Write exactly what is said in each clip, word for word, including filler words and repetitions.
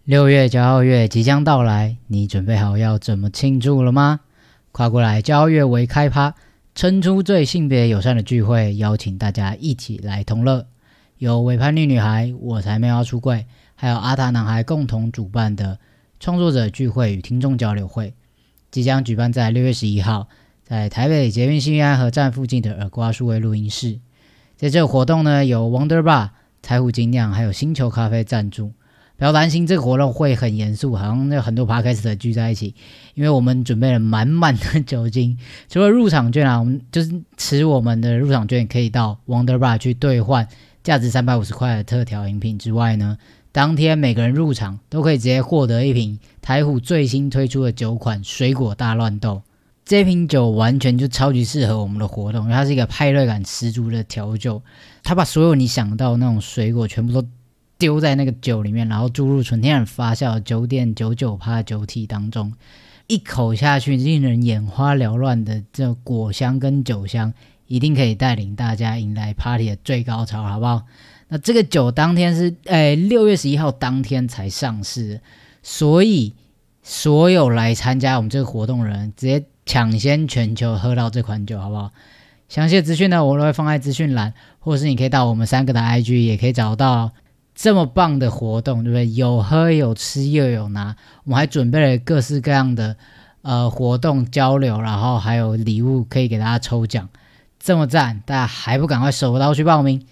六月骄傲月即将到来，你准备好要怎么庆祝了吗？跨过来骄傲月为开趴，撑出最性别友善的聚会，邀请大家一起来同乐。由伪叛逆女孩、我才没有要出柜，还有阿塔男孩共同主办的创作者聚会与听众交流会，即将举办在六月十一号，在台北捷运新安河站附近的耳瓜数位录音室。在这个活动呢，由 Wonder Bar、财虎精酿还有星球咖啡赞助。不要担心这个活动会很严肃，好像有很多 podcast 聚在一起，因为我们准备了满满的酒精，除了入场券啊，我们就是持我们的入场券可以到 Wonder Bar 去兑换价值三百五十块的特调饮品之外呢，当天每个人入场都可以直接获得一瓶台虎最新推出的酒款水果大乱斗。这瓶酒完全就超级适合我们的活动，因为它是一个派对感十足的调酒，它把所有你想到那种水果全部都丢在那个酒里面，然后注入纯天然发酵九点九九趴 的酒体当中，一口下去令人眼花缭乱的这果香跟酒香一定可以带领大家迎来 party 的最高潮，好不好？那这个酒当天是诶六月十一号当天才上市，所以所有来参加我们这个活动的人直接抢先全球喝到这款酒，好不好？详细的资讯呢，我都会放在资讯栏，或者是你可以到我们三个的 I G 也可以找到这么棒的活动，对不对？有喝有吃又有拿，我们还准备了各式各样的呃活动交流，然后还有礼物可以给大家抽奖，这么赞，大家还不赶快手刀去报名？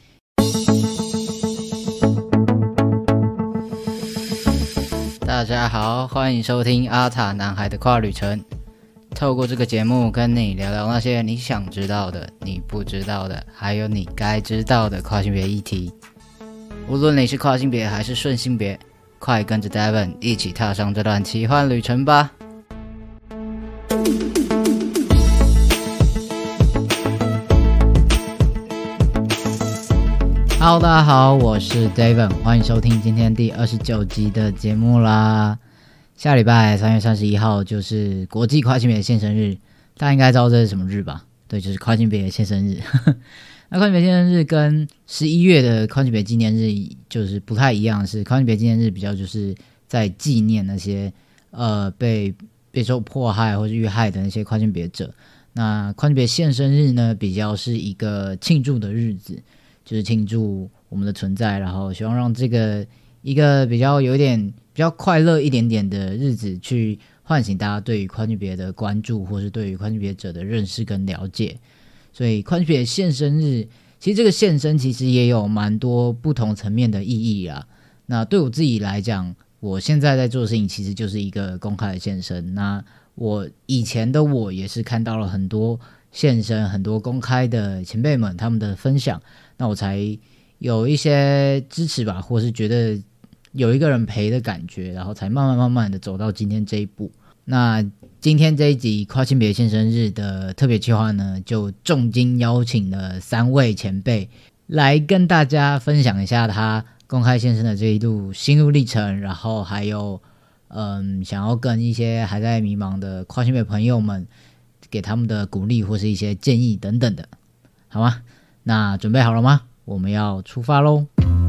大家好，欢迎收听阿塔男孩的跨旅程。透过这个节目跟你聊聊那些你想知道的、你不知道的，还有你该知道的跨性别议题。无论你是跨性别还是顺性别，快跟着 Devin 一起踏上这段奇幻旅程吧。Hello， 大家好，我是 Devin， 欢迎收听今天第二十九集的节目啦。下礼拜三月三十一号就是国际跨性别现身日，大家应该知道这是什么日吧？对，就是跨性别现身日。那跨性别现身日跟十一月的跨性别纪念日就是不太一样，是跨性别纪念日比较就是在纪念那些呃被被受迫害或是遇害的那些跨性别者。那跨性别现身日呢，比较是一个庆祝的日子，就是庆祝我们的存在，然后希望让这个一个比较有一点比较快乐一点点的日子，去唤醒大家对于跨性别的关注，或是对于跨性别者的认识跟了解。所以跨性别现身日，其实这个现身其实也有蛮多不同层面的意义啦。那对我自己来讲，我现在在做的事情其实就是一个公开的现身。那我以前的我也是看到了很多现身、很多公开的前辈们他们的分享，那我才有一些支持吧，或是觉得有一个人陪的感觉，然后才慢慢慢慢的走到今天这一步。那今天这一集跨性别现身日的特别企划呢，就重金邀请了三位前辈来跟大家分享一下他公开现身的这一路心路历程，然后还有嗯，想要跟一些还在迷茫的跨性别朋友们给他们的鼓励或是一些建议等等的，好吗？那准备好了吗？我们要出发咯。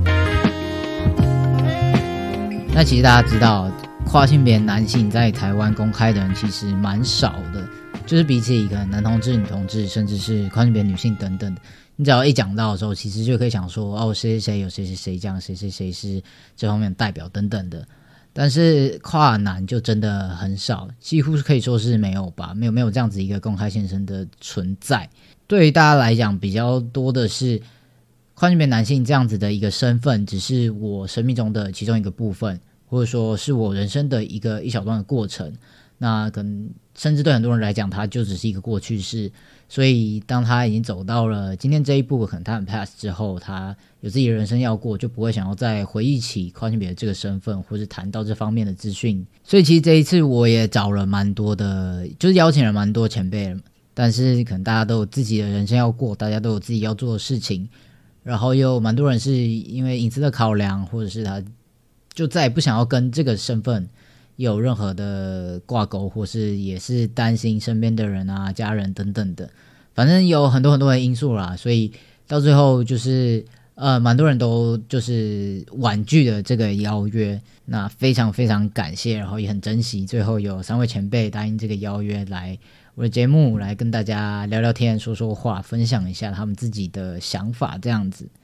那其实大家知道，跨性别男性在台湾公开的人其实蛮少的，就是比起可能男同志、女同志，甚至是跨性别女性等等的，你只要一讲到的时候，其实就可以想说，哦，谁谁谁有谁谁谁这样，谁谁谁是这方面的代表等等的。但是跨男就真的很少，几乎可以说是没有吧，没有没有这样子一个公开现身的存在。对于大家来讲，比较多的是跨性别男性这样子的一个身份，只是我生命中的其中一个部分，或者说是我人生的一个一小段的过程。那可能甚至对很多人来讲，它就只是一个过去式。所以当他已经走到了今天这一步，可能他很 pass 之后，他有自己的人生要过，就不会想要再回忆起跨性别的这个身份，或是谈到这方面的资讯。所以其实这一次我也找了蛮多的，就是邀请了蛮多前辈，但是可能大家都有自己的人生要过，大家都有自己要做的事情，然后又蛮多人是因为隐私的考量，或者是他就再也不想要跟这个身份有任何的挂钩，或是也是担心身边的人啊、家人等等的，反正有很多很多的因素啦，所以到最后就是呃，蛮多人都就是婉拒了这个邀约，那非常非常感谢，然后也很珍惜，最后有三位前辈答应这个邀约来我的节目来跟大家聊聊天、说说话，分享一下他们自己的想法，这样子。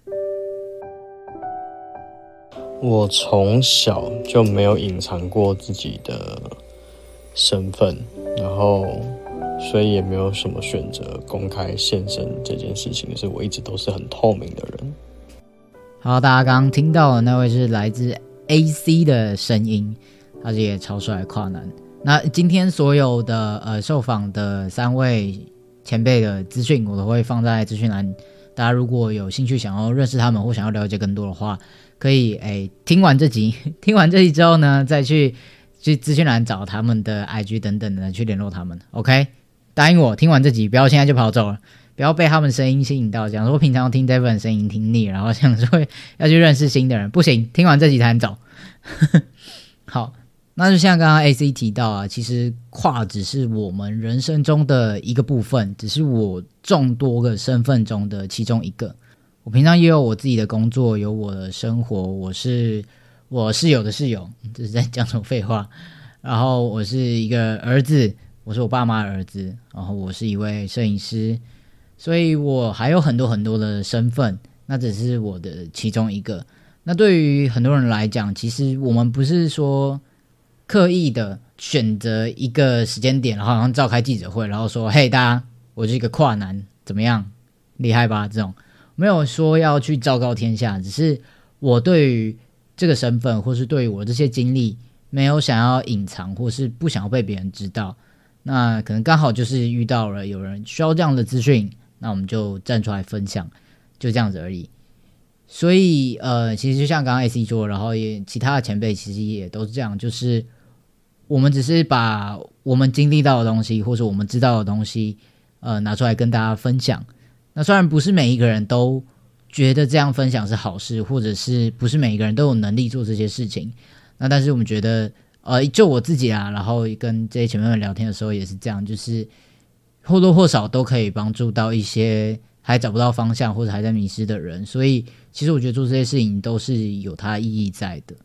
我从小就没有隐藏过自己的身份，然后所以也没有什么选择公开现身这件事情，就是我一直都是很透明的人。 好，大家刚刚听到的那位是来自 A C 的声音，他是也超帅跨男。那今天所有的呃受访的三位前辈的资讯，我都会放在资讯栏。大家如果有兴趣想要认识他们或想要了解更多的话，可以诶听完这集，听完这集之后呢，再去去资讯栏找他们的 I G 等等的去联络他们。OK， 答应我，听完这集不要现在就跑走了，不要被他们声音吸引到，讲说平常听 Devin 的声音听腻，然后想说要去认识新的人，不行，听完这集才能走。好。那就像刚刚 A C 提到啊，其实跨只是我们人生中的一个部分，只是我众多个身份中的其中一个。我平常也有我自己的工作，有我的生活，我是我室友的室友，这是在讲什么废话。然后我是一个儿子，我是我爸妈的儿子，然后我是一位摄影师，所以我还有很多很多的身份，那只是我的其中一个。那对于很多人来讲，其实我们不是说刻意的选择一个时间点，然后好像召开记者会，然后说嘿大家，我是一个跨男，怎么样，厉害吧？这种没有说要去昭告天下，只是我对于这个身份或是对于我这些经历没有想要隐藏，或是不想要被别人知道。那可能刚好就是遇到了有人需要这样的资讯，那我们就站出来分享，就这样子而已。所以呃，其实就像刚刚 A C 说，然后也其他的前辈其实也都是这样，就是我们只是把我们经历到的东西，或者我们知道的东西，呃，拿出来跟大家分享。那虽然不是每一个人都觉得这样分享是好事，或者是不是每一个人都有能力做这些事情，那但是我们觉得，呃，就我自己啊，然后跟这些前辈们聊天的时候也是这样，就是或多或少都可以帮助到一些还找不到方向或者还在迷失的人，所以其实我觉得做这些事情都是有它意义在的。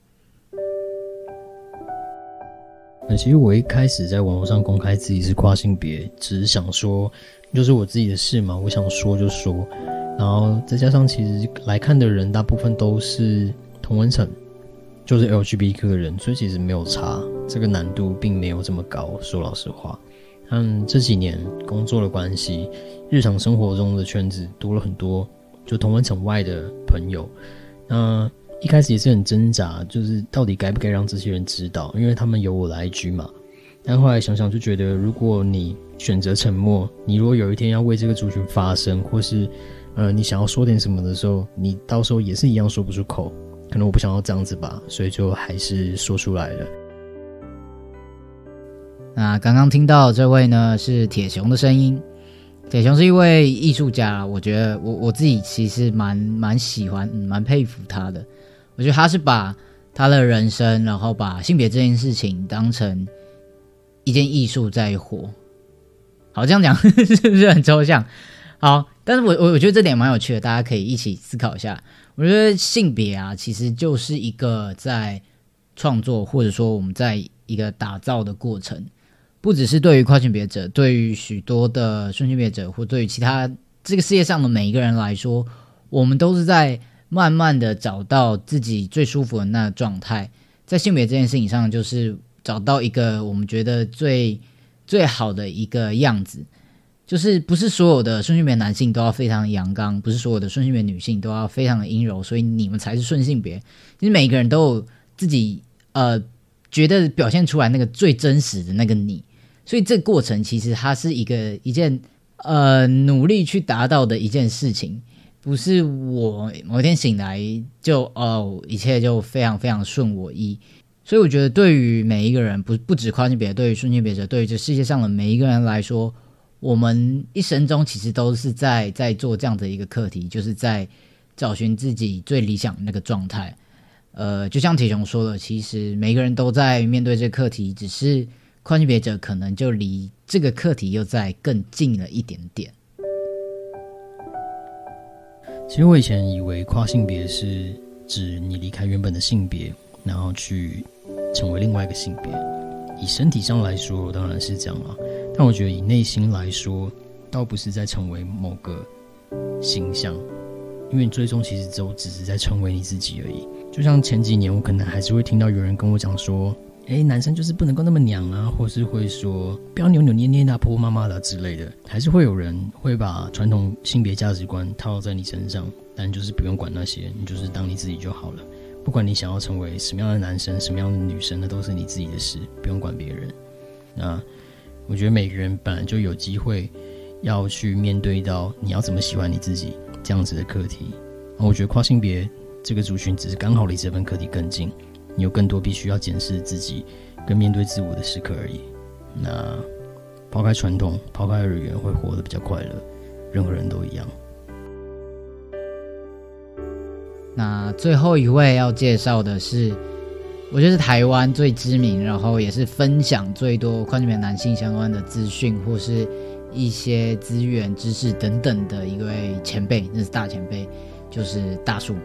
那其实我一开始在网络上公开自己是跨性别，只是想说就是我自己的事嘛，我想说就说，然后再加上其实来看的人大部分都是同温层，就是 L G B T Q 的人，所以其实没有差，这个难度并没有这么高，说老实话。嗯，这几年工作的关系，日常生活中的圈子多了很多就同温层外的朋友，那一开始也是很挣扎，就是到底该不该让这些人知道，因为他们有我的 I G 嘛。但后来想想就觉得，如果你选择沉默，你如果有一天要为这个族群发声，或是呃你想要说点什么的时候，你到时候也是一样说不出口。可能我不想要这样子吧，所以就还是说出来了。 那刚刚听到这位呢是铁雄的声音。铁雄是一位艺术家，我觉得我我自己其实蛮蛮喜欢、蛮、嗯、佩服他的。我觉得他是把他的人生，然后把性别这件事情当成一件艺术在活。好，这样讲是不是很抽象？好，但是我我我觉得这点蛮有趣的，大家可以一起思考一下。我觉得性别啊，其实就是一个在创作，或者说我们在一个打造的过程。不只是对于跨性别者，对于许多的顺性别者，或对于其他这个世界上的每一个人来说，我们都是在慢慢的找到自己最舒服的那个状态。在性别这件事情上，就是找到一个我们觉得最最好的一个样子。就是不是所有的顺性别男性都要非常阳刚，不是所有的顺性别女性都要非常的阴柔，所以你们才是顺性别。其实每一个人都有自己呃觉得表现出来那个最真实的那个你。所以这个过程其实它是一个一件呃努力去达到的一件事情，不是我某一天醒来就哦一切就非常非常顺我意。所以我觉得对于每一个人，不不止跨性别，对于顺性别者，对于这世界上的每一个人来说，我们一生中其实都是在在做这样的一个课题，就是在找寻自己最理想的那个状态。呃，就像铁雄说的，其实每个人都在面对这个课题，只是跨性别者可能就离这个课题又再更近了一点点。 其实我以前以为跨性别是指你离开原本的性别，然后去成为另外一个性别。以身体上来说当然是这样啊，但我觉得以内心来说倒不是在成为某个形象，因为你最终其实都只是在成为你自己而已。就像前几年我可能还是会听到有人跟我讲说，诶，男生就是不能够那么娘啊，或是会说不要扭扭捏捏的、婆婆妈妈的之类的，还是会有人会把传统性别价值观套在你身上。但就是不用管那些，你就是当你自己就好了。不管你想要成为什么样的男生、什么样的女生，那都是你自己的事，不用管别人。那我觉得每个人本来就有机会要去面对到你要怎么喜欢你自己这样子的课题。我觉得跨性别这个族群只是刚好离这份课题更近，你有更多必须要检视自己跟面对自我的时刻而已。那抛开传统，抛开二元，会活得比较快乐，任何人都一样。 那最后一位要介绍的是，我觉得是台湾最知名，然后也是分享最多跨性别男性相关的资讯或是一些资源知识等等的一位前辈，那是大前辈，就是大树。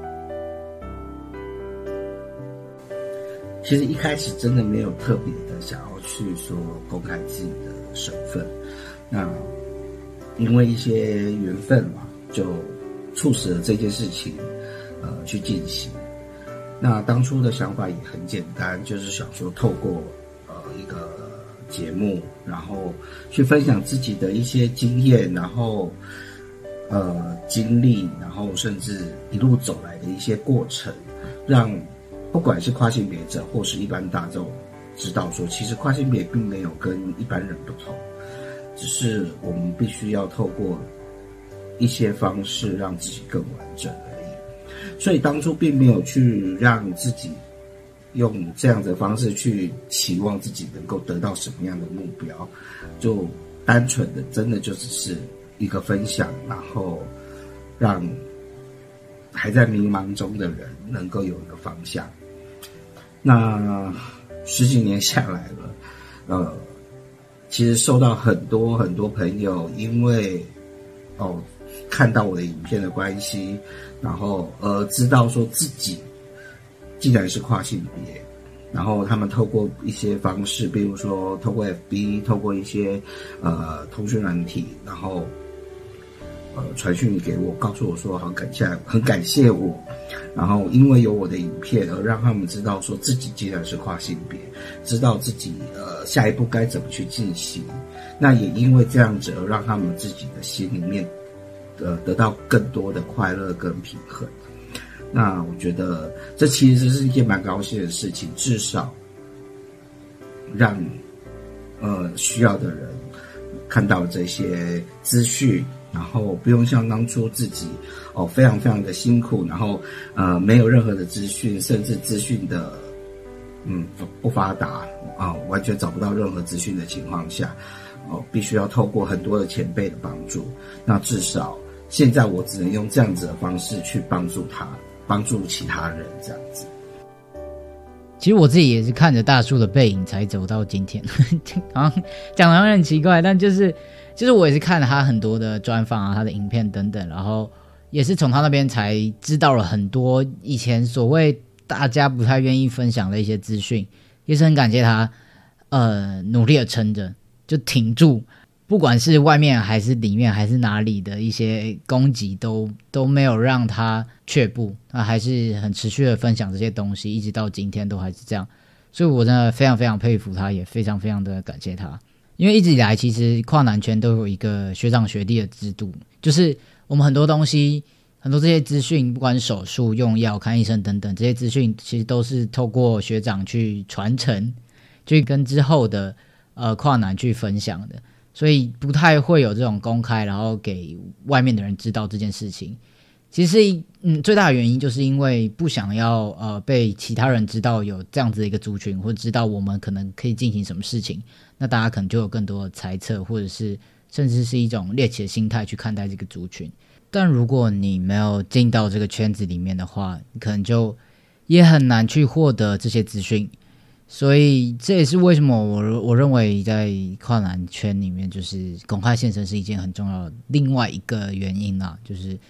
其实一开始真的没有特别的想要去说公开自己的身份，那因为一些缘分嘛，就促使了这件事情呃去进行。那当初的想法也很简单，就是想说透过呃一个节目，然后去分享自己的一些经验，然后呃经历，然后甚至一路走来的一些过程，让不管是跨性别者或是一般大众知道说，其实跨性别并没有跟一般人不同，只是我们必须要透过一些方式让自己更完整而已。所以当初并没有去让自己用这样的方式去期望自己能够得到什么样的目标，就单纯的真的就只是一个分享，然后让还在迷茫中的人能够有一个方向。那十几年下来了，呃，其实受到很多很多朋友因为哦看到我的影片的关系，然后呃知道说自己既然是跨性别，然后他们透过一些方式，比如说透过 F B， 透过一些呃通讯软体，然后呃传讯给我，告诉我说很感谢很感谢我，然后因为有我的影片而让他们知道说自己既然是跨性别，知道自己呃下一步该怎么去进行。那也因为这样子而让他们自己的心里面呃得到更多的快乐跟平衡。那我觉得这其实是一件蛮高兴的事情，至少让呃需要的人看到这些资讯，然后不用像当初自己哦非常非常的辛苦，然后呃没有任何的资讯，甚至资讯的嗯不发达啊、呃，完全找不到任何资讯的情况下，哦必须要透过很多的前辈的帮助。那至少现在我只能用这样子的方式去帮助他。帮助其他人这样子。 其实我自己也是看着大树的背影才走到今天，好像讲得很奇怪，但就是就是我也是看了他很多的专访啊，他的影片等等，然后也是从他那边才知道了很多以前所谓大家不太愿意分享的一些资讯，也是很感谢他呃努力的撑着，就挺住。不管是外面还是里面还是哪里的一些攻击都都没有让他却步，他还是很持续的分享这些东西，一直到今天都还是这样。所以我真的非常非常佩服他，也非常非常的感谢他。因为一直以来其实跨男圈都有一个学长学弟的制度，就是我们很多东西很多这些资讯，不管是手术用药看医生等等，这些资讯其实都是透过学长去传承，去跟之后的呃跨男去分享的，所以不太会有这种公开然后给外面的人知道这件事情。其实嗯，最大的原因就是因为不想要呃被其他人知道有这样子的一个族群，或者知道我们可能可以进行什么事情，那大家可能就有更多的猜测，或者是甚至是一种猎奇的心态去看待这个族群。但如果你没有进到这个圈子里面的话，你可能就也很难去获得这些资讯。所以这也是为什么我我认为在跨男圈里面，就是公开现身是一件很重要的另外一个原因啦。就是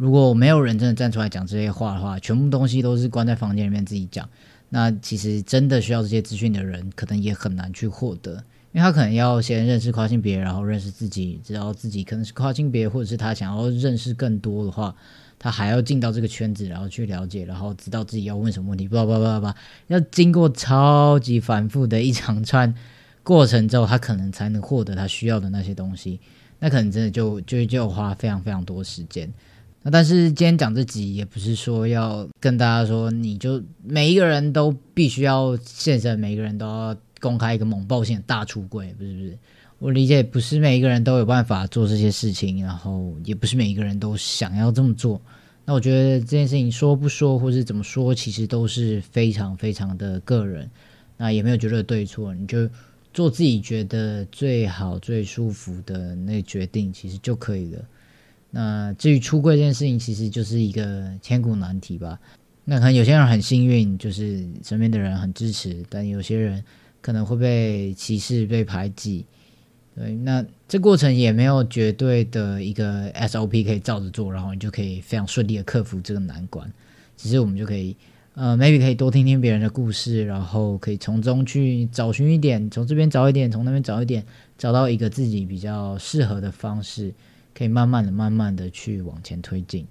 如果没有人真的站出来讲这些话的话，全部东西都是关在房间里面自己讲，那其实真的需要这些资讯的人可能也很难去获得，因为他可能要先认识跨性别，然后认识自己，知道自己可能是跨性别，或者是他想要认识更多的话，他还要进到这个圈子，然后去了解，然后知道自己要问什么问题，叭叭叭叭，要经过超级反复的一长串过程之后，他可能才能获得他需要的那些东西，那可能真的就就就花非常非常多时间。那但是今天讲这集也不是说要跟大家说你就每一个人都必须要现身，每一个人都要公开一个猛爆性的大出柜，不是不是，我理解不是每一个人都有办法做这些事情，然后也不是每一个人都想要这么做。那我觉得这件事情说不说或是怎么说，其实都是非常非常的个人，那也没有绝对的对错，你就做自己觉得最好最舒服的那个决定其实就可以了。那至于出柜这件事情，其实就是一个千古难题吧。那可能有些人很幸运，就是身边的人很支持，但有些人可能会被歧视被排挤。对，那这过程也没有绝对的一个 S O P 可以照着做，然后你就可以非常顺利的克服这个难关。其实我们就可以呃 maybe 可以多听听别人的故事，然后可以从中去找寻一点，从这边找一点，从那边找一点，找到一个自己比较适合的方式，可以慢慢的慢慢的去往前推进。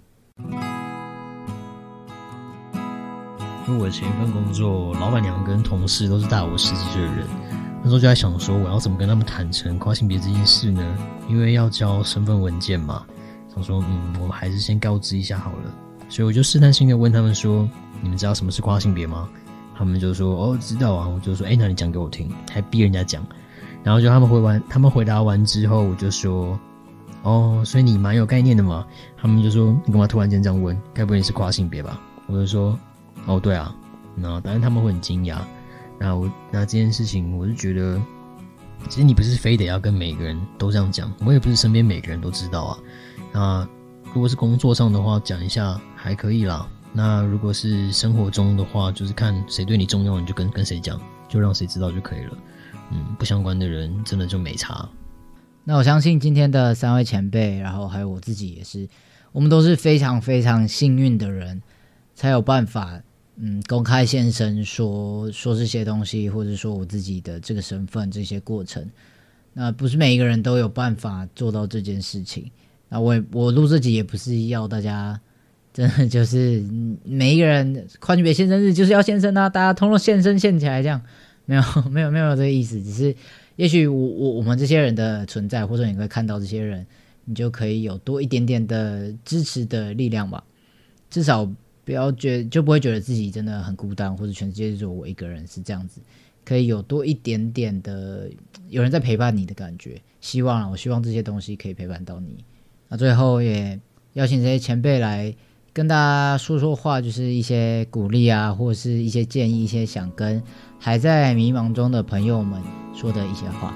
因为我的前一份工作，老板娘跟同事都是大我十几岁的人，那时候就在想说，我要怎么跟他们坦诚跨性别这件事呢？因为要交身份文件嘛，想说，嗯，我们还是先告知一下好了。所以我就试探性的问他们说，你们知道什么是跨性别吗？他们就说，哦，知道啊。我就说，哎，那你讲给我听，还逼人家讲。然后就他们回完，他们回答完之后，我就说，哦，所以你蛮有概念的嘛。他们就说，你干嘛突然间这样问？该不会你是跨性别吧？我就说，哦，对啊。那当然他们会很惊讶。那我那这件事情，我是觉得，其实你不是非得要跟每个人都这样讲，我也不是身边每个人都知道啊。那如果是工作上的话，讲一下还可以啦。那如果是生活中的话，就是看谁对你重要，你就跟跟谁讲，就让谁知道就可以了。嗯，不相关的人真的就没差。 那我相信今天的三位前辈，然后还有我自己也是，我们都是非常非常幸运的人，才有办法嗯公开现身说说这些东西，或者说我自己的这个身份这些过程。那不是每一个人都有办法做到这件事情。那我也我录这集也不是要大家真的就是每一个人跨性别现身日就是要现身啊，大家通通现身现起来这样，没有没有没有这个意思，只是也许我我我们这些人的存在，或者你会看到这些人，你就可以有多一点点的支持的力量吧，至少不要觉就不会觉得自己真的很孤单，或者全世界只有我一个人是这样子，可以有多一点点的有人在陪伴你的感觉。希望啊，我希望这些东西可以陪伴到你。那最后也邀请这些前辈来跟大家说说话，就是一些鼓励啊，或者是一些建议，一些想跟还在迷茫中的朋友们说的一些话。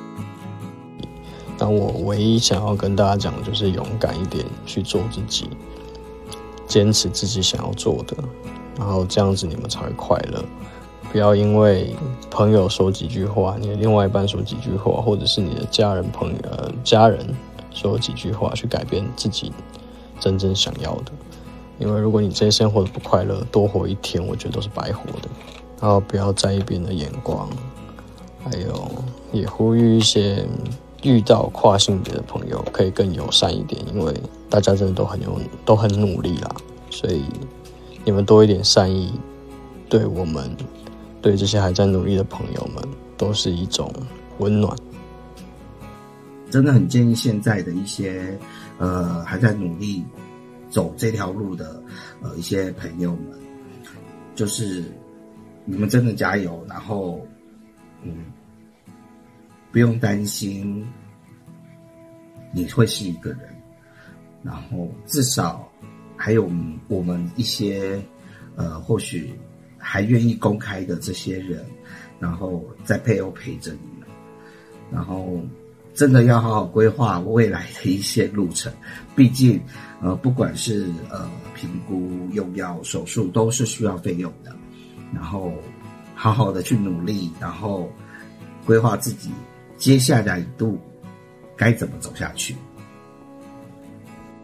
那我唯一想要跟大家讲的就是勇敢一点，去做自己，坚持自己想要做的，然后这样子你们才会快乐。不要因为朋友说几句话，你的另外一半说几句话，或者是你的家人朋友、呃、家人说几句话，去改变自己真正想要的。因为如果你这一生活得不快乐，多活一天我觉得都是白活的。然后不要在意别人的眼光，还有也呼吁一些遇到跨性别的朋友可以更友善一点，因为大家真的都很有都很努力啦，所以你们多一点善意，对我们对这些还在努力的朋友们都是一种温暖。 真的很建议现在的一些呃还在努力走这条路的呃一些朋友们，就是你们真的加油，然后嗯不用担心你会是一个人，然后至少还有我们一些呃或许还愿意公开的这些人，然后在背后陪着你们，然后真的要好好规划未来的一些路程。毕竟呃不管是呃评估、用药、手术都是需要费用的，然后好好的去努力，然后规划自己接下来一路该怎么走下去。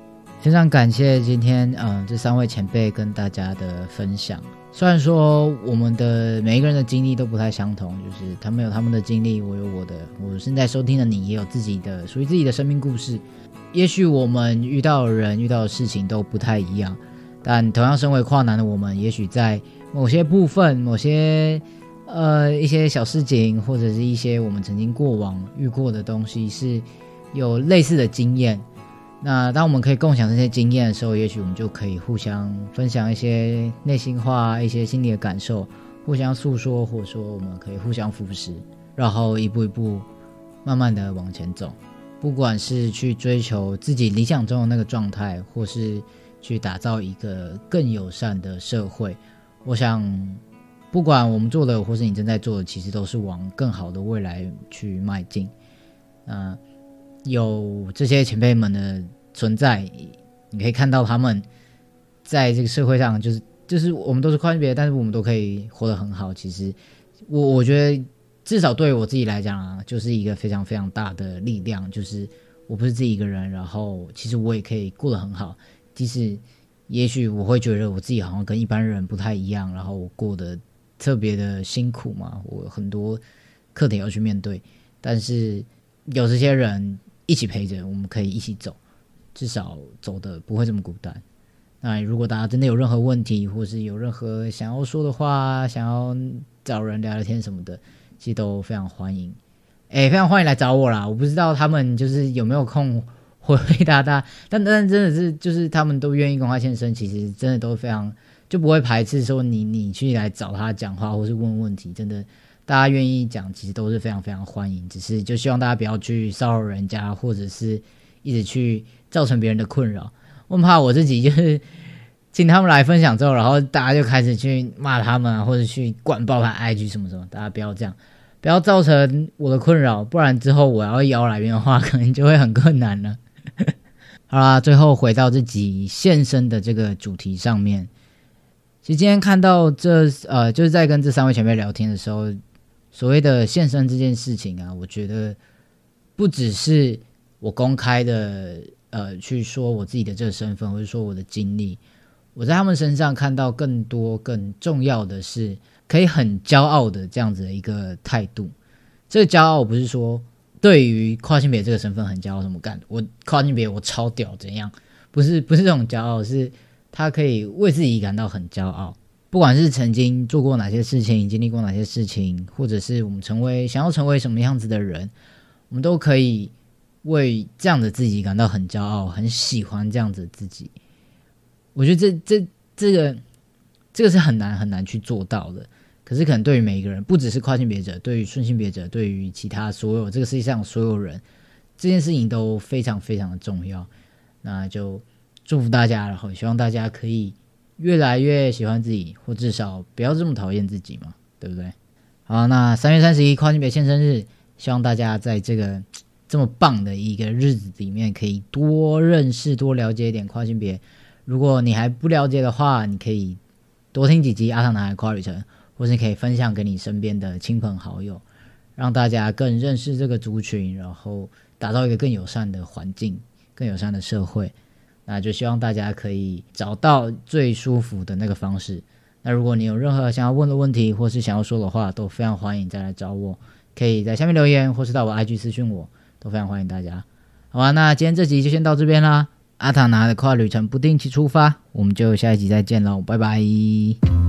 非常感谢今天嗯这三位前辈跟大家的分享。虽然说我们的每一个人的经历都不太相同，就是他们有他们的经历，我有我的，我现在收听的你也有自己的属于自己的生命故事。也许我们遇到的人遇到的事情都不太一样，但同样身为跨男的我们，也许在某些部分某些呃一些小事情，或者是一些我们曾经过往遇过的东西是有类似的经验。那当我们可以共享这些经验的时候，也许我们就可以互相分享一些内心话，一些心理的感受，互相诉说，或者说我们可以互相扶持，然后一步一步慢慢的往前走。不管是去追求自己理想中的那个状态，或是去打造一个更友善的社会，我想不管我们做的或是你正在做的，其实都是往更好的未来去迈进。那有这些前辈们的存在，你可以看到他们在这个社会上，就是就是我们都是跨性别，但是我们都可以活得很好。其实我我觉得至少对我自己来讲啊，就是一个非常非常大的力量，就是我不是自己一个人，然后其实我也可以过得很好。即使也许我会觉得我自己好像跟一般人不太一样，然后我过得特别的辛苦嘛，我很多课题要去面对，但是有这些人一起陪着，我们可以一起走，至少走的不会这么孤单。那如果大家真的有任何问题，或是有任何想要说的话，想要找人聊聊天什么的，其实都非常欢迎。诶，非常欢迎来找我啦！我不知道他们就是有没有空回答大家，但但真的是就是他们都愿意公开现身，其实真的都非常就不会排斥说你你去来找他讲话或是问问题，真的大家愿意讲，其实都是非常非常欢迎。只是就希望大家不要去骚扰人家，或者是一直去造成别人的困扰。我很怕我自己就是请他们来分享之后，然后大家就开始去骂他们啊，或者去灌爆他 I G 什么什么，大家不要这样，不要造成我的困扰，不然之后我要邀来宾的话，可能就会很困难了。好啦，最后回到自己现身的这个主题上面。其实今天看到这呃，就是在跟这三位前辈聊天的时候，所谓的现身这件事情啊，我觉得不只是我公开的呃去说我自己的这个身份，或者说我的经历，我在他们身上看到更多更重要的是可以很骄傲的这样子的一个态度。这个骄傲不是说对于跨性别这个身份很骄傲什么干，我跨性别我超屌怎样，不是不是这种骄傲，是他可以为自己感到很骄傲。不管是曾经做过哪些事情，经历过哪些事情，或者是我们成为想要成为什么样子的人，我们都可以为这样的自己感到很骄傲，很喜欢这样子的自己。我觉得这这这个这个是很难很难去做到的。可是可能对于每一个人，不只是跨性别者，对于顺性别者，对于其他所有这个世界上所有人，这件事情都非常非常的重要。那就祝福大家，然后希望大家可以越来越喜欢自己，或至少不要这么讨厌自己嘛，对不对？好，那三月三十一跨性别现身日，希望大家在这个这么棒的一个日子里面，可以多认识、多了解一点跨性别。如果你还不了解的话，你可以多听几集阿唐男孩跨旅程，或是可以分享给你身边的亲朋好友，让大家更认识这个族群，然后打造一个更友善的环境、更友善的社会。那就希望大家可以找到最舒服的那个方式。那如果你有任何想要问的问题，或是想要说的话，都非常欢迎再来找我，可以在下面留言，或是到我 I G 私讯我，都非常欢迎大家。好吧，那今天这集就先到这边啦。阿唐拿的跨旅程不定期出发，我们就下一集再见喽，拜拜。